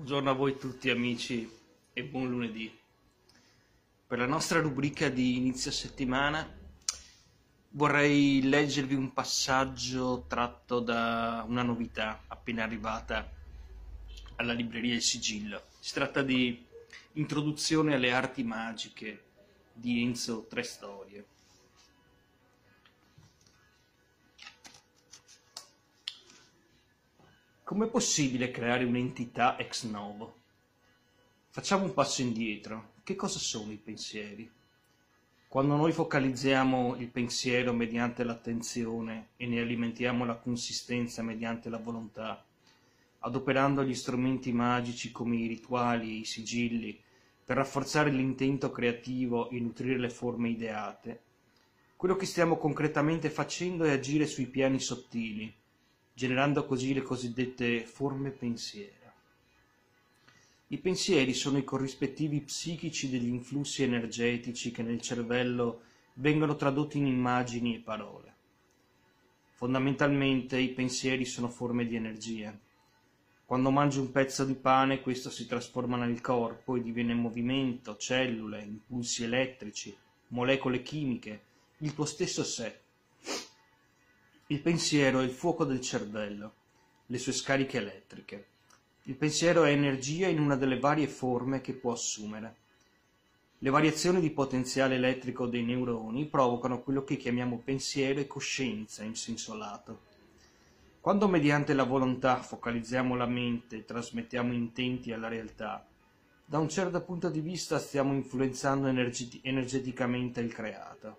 Buongiorno a voi tutti amici e buon lunedì. Per la nostra rubrica di inizio settimana vorrei leggervi un passaggio tratto da una novità appena arrivata alla libreria Il Sigillo. Si tratta di Introduzione alle arti magiche di Enzo Trestorie. Com'è possibile creare un'entità ex novo? Facciamo un passo indietro. Che cosa sono i pensieri? Quando noi focalizziamo il pensiero mediante l'attenzione e ne alimentiamo la consistenza mediante la volontà, adoperando gli strumenti magici come i rituali e i sigilli per rafforzare l'intento creativo e nutrire le forme ideate, quello che stiamo concretamente facendo è agire sui piani sottili, generando così le cosiddette forme pensiero. I pensieri sono i corrispettivi psichici degli influssi energetici che nel cervello vengono tradotti in immagini e parole. Fondamentalmente i pensieri sono forme di energia. Quando mangi un pezzo di pane, questo si trasforma nel corpo e diviene movimento, cellule, impulsi elettrici, molecole chimiche, il tuo stesso sé. Il pensiero è il fuoco del cervello, le sue scariche elettriche. Il pensiero è energia in una delle varie forme che può assumere. Le variazioni di potenziale elettrico dei neuroni provocano quello che chiamiamo pensiero e coscienza in senso lato. Quando mediante la volontà focalizziamo la mente e trasmettiamo intenti alla realtà, da un certo punto di vista stiamo influenzando energeticamente il creato.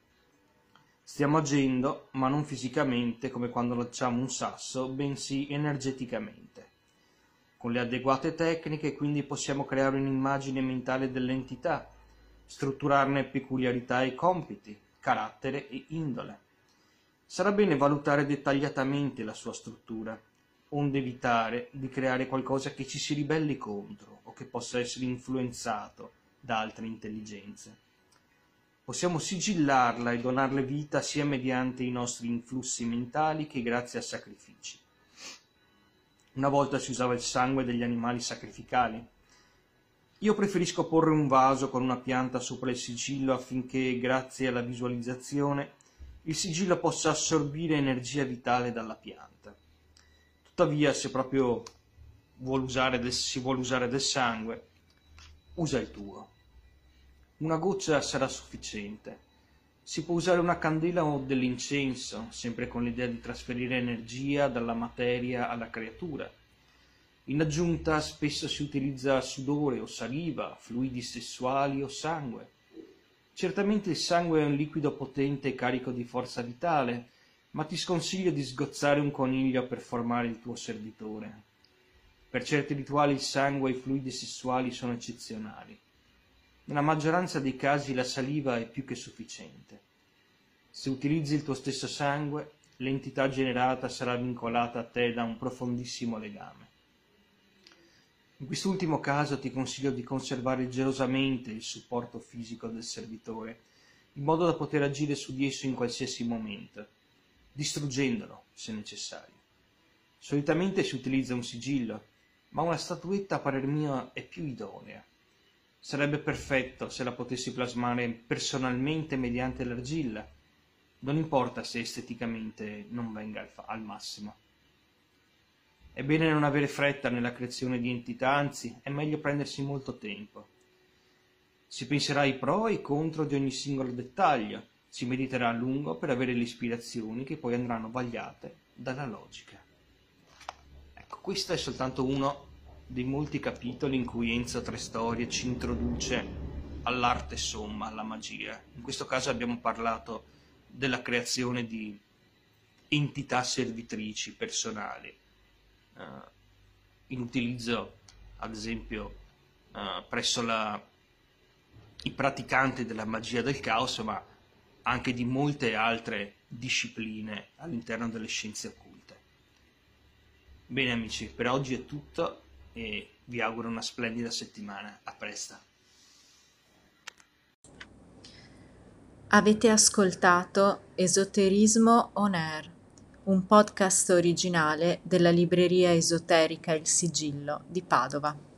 Stiamo agendo, ma non fisicamente come quando lanciamo un sasso, bensì energeticamente. Con le adeguate tecniche quindi possiamo creare un'immagine mentale dell'entità, strutturarne peculiarità e compiti, carattere e indole. Sarà bene valutare dettagliatamente la sua struttura, onde evitare di creare qualcosa che ci si ribelli contro o che possa essere influenzato da altre intelligenze. Possiamo sigillarla e donarle vita sia mediante i nostri influssi mentali che grazie a sacrifici. Una volta si usava il sangue degli animali sacrificali. Io preferisco porre un vaso con una pianta sopra il sigillo affinché, grazie alla visualizzazione, il sigillo possa assorbire energia vitale dalla pianta. Tuttavia, se proprio si vuole usare del sangue, usa il tuo. Una goccia sarà sufficiente. Si può usare una candela o dell'incenso, sempre con l'idea di trasferire energia dalla materia alla creatura. In aggiunta spesso si utilizza sudore o saliva, fluidi sessuali o sangue. Certamente il sangue è un liquido potente e carico di forza vitale, ma ti sconsiglio di sgozzare un coniglio per formare il tuo servitore. Per certi rituali il sangue e i fluidi sessuali sono eccezionali. Nella maggioranza dei casi la saliva è più che sufficiente. Se utilizzi il tuo stesso sangue, l'entità generata sarà vincolata a te da un profondissimo legame. In quest'ultimo caso ti consiglio di conservare gelosamente il supporto fisico del servitore, in modo da poter agire su di esso in qualsiasi momento, distruggendolo se necessario. Solitamente si utilizza un sigillo, ma una statuetta a parer mio è più idonea. Sarebbe perfetto se la potessi plasmare personalmente mediante l'argilla, non importa se esteticamente non venga al massimo. È bene non avere fretta nella creazione di entità, anzi è meglio prendersi molto tempo. Si penserà ai pro e ai contro di ogni singolo dettaglio, si mediterà a lungo per avere le ispirazioni che poi andranno vagliate dalla logica. Ecco, questo è soltanto uno dei molti capitoli in cui Enzo Trestorie ci introduce all'arte somma, alla magia. In questo caso abbiamo parlato della creazione di entità servitrici personali, in utilizzo ad esempio presso i praticanti della magia del caos, ma anche di molte altre discipline all'interno delle scienze occulte. Bene amici, per oggi è tutto e vi auguro una splendida settimana. A presto. Avete ascoltato Esoterismo On Air, un podcast originale della libreria esoterica Il Sigillo di Padova.